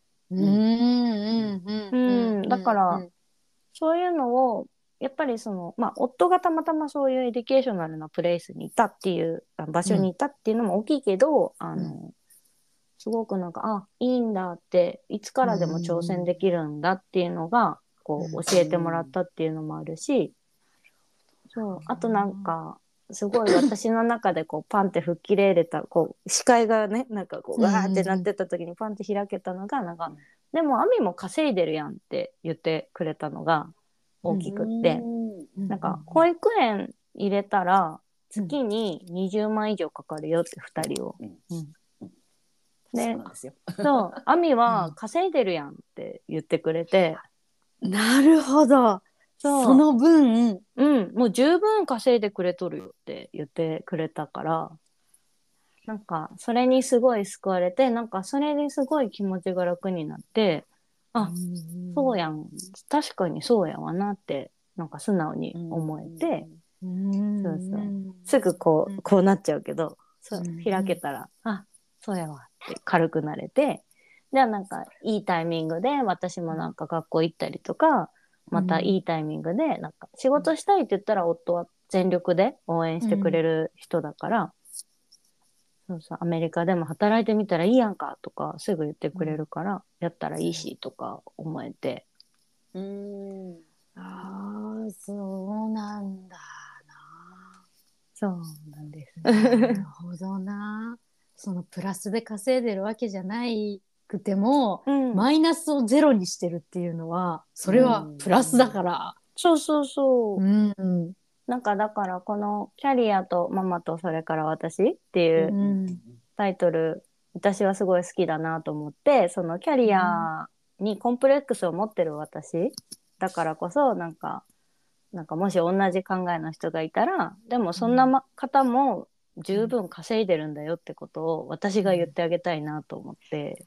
だから、うん、そういうのをやっぱりその、まあ、夫がたまたまそういうエデュケーショナルなプレイスにいたっていう場所にいたっていうのも大きいけど、うん、あのすごくなんかあいいんだっていつからでも挑戦できるんだっていうのがこう教えてもらったっていうのもあるし、そうあとなんかすごい私の中でこうパンって吹っ切れれたこう視界がねなんかこうわーってなってた時にパンって開けたのがなんか、でもアミも稼いでるやんって言ってくれたのが大きくって、なんか保育園入れたら月ににじゅうまん以上かかるよってふたりを。うんで、そう、アミは稼いでるやんって言ってくれて。 なるほど。そうその分、 うん、もう十分稼いでくれとるよって言ってくれたから、なんかそれにすごい救われて、なんかそれですごい気持ちが楽になって、あ、そうやん、確かにそうやわなって、なんか素直に思えて、そうそう、すぐこうこうなっちゃうけど、そう開けたら、あ、そうやわって軽くなれて、じゃあなんかいいタイミングで私もなんか学校行ったりとか、またいいタイミングでなんか仕事したいって言ったら夫は全力で応援してくれる人だから、そうそうアメリカでも働いてみたらいいやんかとかすぐ言ってくれるから、やったらいいしとか思えて、 うーん、ああそうなんだな。 そうなんです。 なるほどな。そのプラスで稼いでるわけじゃないくても、うん、マイナスをゼロにしてるっていうのはそれはプラスだから、うん、 そうそうそう、 うんうん、 なんかだからこのキャリアとママとそれから私っていうタイトル、うん、私はすごい好きだなと思って、そのキャリアにコンプレックスを持ってる私だからこそなんかなんかもし同じ考えの人がいたら、でもそんな方も十分稼いでるんだよってことを私が言ってあげたいなと思って、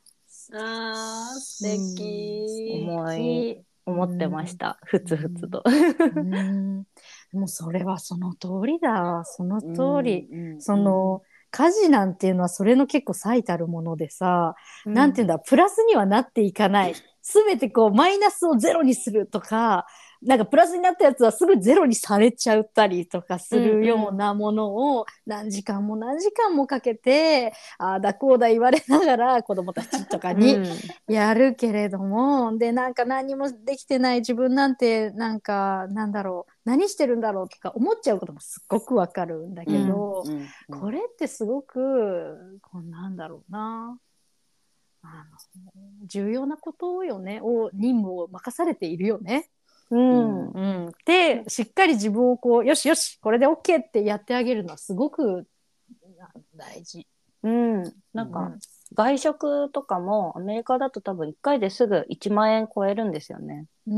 うん、あー素敵、 思い思ってました、ふつふつと。 うんもうそれはその通りだ、その通り、うん、その家事なんていうのはそれの結構最たるものでさ、うん、なんていうんだ、プラスにはなっていかない、すべてこうマイナスをゼロにするとか、なんかプラスになったやつはすぐゼロにされちゃったりとかするようなものを何時間も何時間もかけて、うん、ああだこうだ言われながら子供たちとかにやるけれども、うん、でなんか何もできてない自分なんてなんかなんだろう何してるんだろうとか思っちゃうこともすっごくわかるんだけど、うんうんうん、これってすごくこうなんだろうなあの重要なことよねを任務を任されているよね。うんうん、でしっかり自分をこうよしよしこれで OK ってやってあげるのはすごく大事。 うん、なんか、うん、外食とかもアメリカだと多分いっかいですぐいちまんえん超えるんですよね。 うん、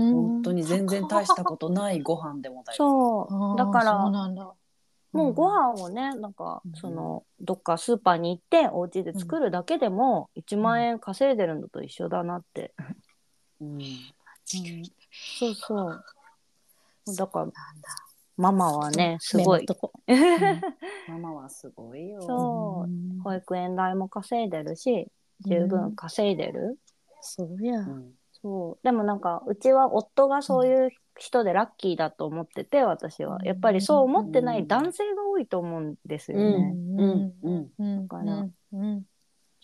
本当に全然大したことないご飯でも大丈夫。そうだからそうなんだ、 もうご飯をねなんかそのどっかスーパーに行ってお家で作るだけでもいちまんえん稼いでるのと一緒だなって。うん、うん、そうそうだからママはねすごい、うん、 ママはすごいよ。 そう保育園代も稼いでるし十分稼いでる、うん、 そうや、うん、 そうでもなんかうちは夫がそういう人でラッキーだと思ってて、私はやっぱりそう思ってない男性が多いと思うんですよね、 うんうんうん、 だから、うん、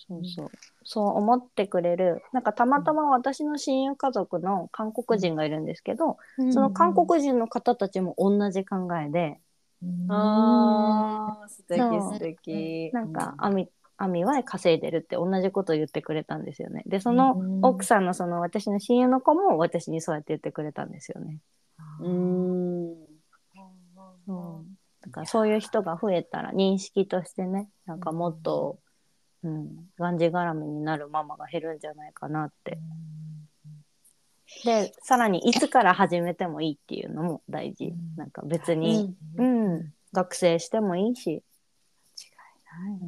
そうそう。そう思ってくれる。なんかたまたま私の親友家族の韓国人がいるんですけど、 うん、 その韓国人の方たちも同じ考えで、 うん、 あー、素敵そう素敵。 なんか、アミ、アミは稼いでるって同じことを言ってくれたんですよね。で、その奥さんのその私の親友の子も私にそうやって言ってくれたんですよね。 うん。 うん。だからそういう人が増えたら認識としてね、なんかもっと、うん、がんじがらめになるママが減るんじゃないかなって。で、さらにいつから始めてもいいっていうのも大事。なんか別に、うん、うん、学生してもいいし、違いない。うん、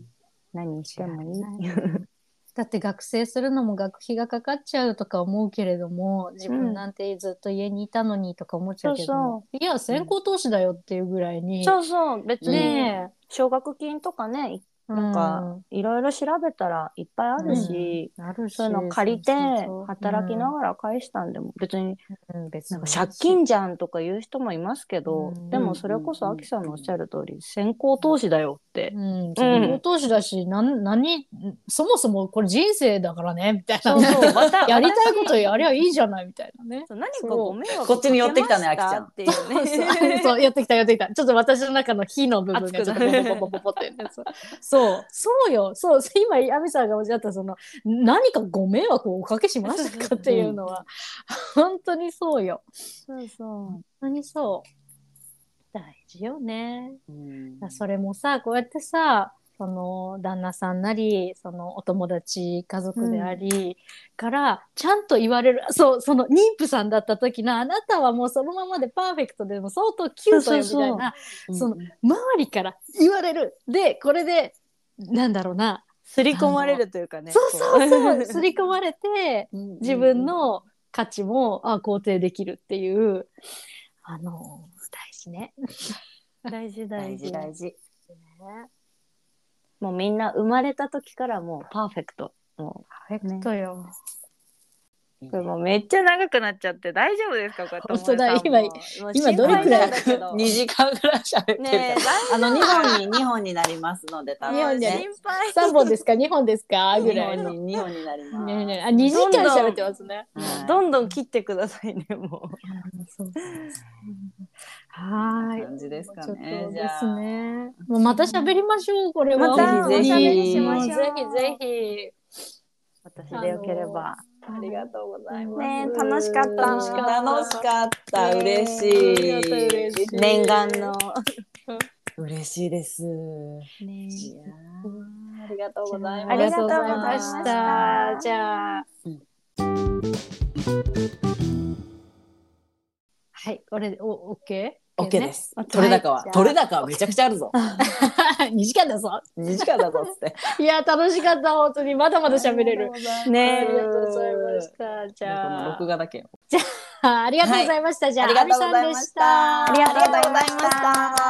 何してもいい。 だって学生するのも学費がかかっちゃうとか思うけれども、自分なんてずっと家にいたのにとか思っちゃうけども、うん、いや先行投資だよっていうぐらいに、 そうそう別に奨学金とかね、なんかいろいろ調べたらいっぱいあるし、うん、あるしそういうの借りて働きながら返したんでも別に、うん、別になんか借金じゃんとか言う人もいますけど、うん、でもそれこそアキさんのおっしゃる通り先行投資だよって、 うん、先行投資だし、な何そもそもこれ人生だからねみたいな、そうそうまたやりたいことやりゃいいじゃないみたいなね。 何かご迷惑こっちに寄ってきたねアキちゃんっていうね。 そうそう寄ってきた寄ってきた。ちょっと私の中の火の部分がちょっとポポポポポポって、ね、そうそうよそう今亜美さんがおっしゃったその何かご迷惑をおかけしましたかっていうのは本当にそうよ。 そうそう本当にそう大事よね。 うん、 それもさこうやってさその旦那さんなりそのお友達家族であり、うん、からちゃんと言われるそうその妊婦さんだった時のあなたはもうそのままでパーフェクトでも相当キュートよみたいなその周りから言われるでこれでなんだろうな刷り込まれるというかねそうそうそう刷り込まれて自分の価値もあ肯定できるっていうあの大事ね大事大事大事、ね、 もうみんな生まれた時からもうパーフェクトもうパーフェクトよ、 ね、これもうめっちゃ長くなっちゃって大丈夫ですかこれ本当だ今今どれくらいだけどにじかんぐらい喋ってる、ね、あのにほんににほんになりますので多分、ね、 心配さんぼんですかにほんですかぐらいのにほんになります、 ねえねえあにじかん喋ってますねどんどん、はい、どんどん切ってくださいねもうそうはい感じですかね。 じゃあですね。もうまた喋りましょうこれは。 またぜひおしゃべりしましょう。 ぜひぜひ。 私でよければ。 ありがとうございます。 ね楽しかった。 楽しかった。楽しかった。嬉しい。 念願の。 嬉しいです。 ね、 いやありがとうございます。 ありがとうございました。 じゃあ、うん、はいこれおオッケー。 オッケーです。取れ高は、取れ高はめちゃくちゃあるぞ。 にじかんだぞ。 にじかんだぞっつって。 いや楽しかった本当にまだまだ喋れる。 ねありがとうございました。じゃあこの録画だけ。 じゃあありがとうございました。はい、じゃあありがとうございました。 ありがとうございました。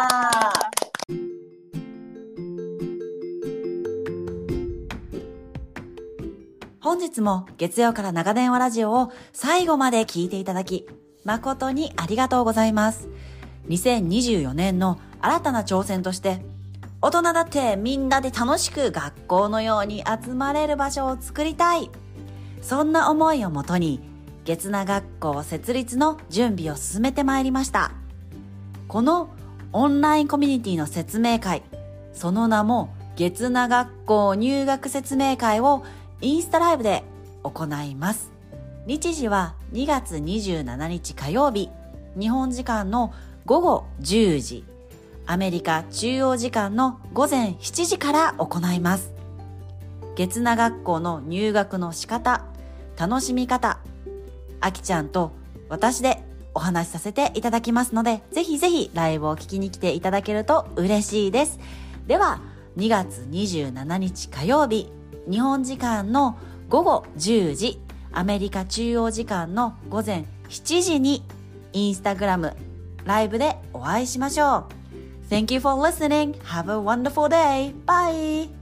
本日も月曜から長電話ラジオを最後まで聞いていただき誠にありがとうございます。にせんにじゅうよねんの新たな挑戦として、大人だってみんなで楽しく学校のように集まれる場所を作りたい。そんな思いをもとに、月名学校設立の準備を進めてまいりました。このオンラインコミュニティの説明会、その名も月名学校入学説明会をインスタライブで行います。日時はにがつにじゅうしちにち火曜日、日本時間のごごじゅうじ、アメリカ中央時間のごぜんしちじから行います。月名学校の入学の仕方、楽しみ方、あきちゃんと私でお話しさせていただきますので、ぜひぜひライブを聞きに来ていただけると嬉しいです。では、にがつにじゅうしちにち火曜日、日本時間のごごじゅうじ、アメリカ中央時間のごぜんしちじにインスタグラムライブでお会いしましょう。Thank you for listening. Have a wonderful day. Bye.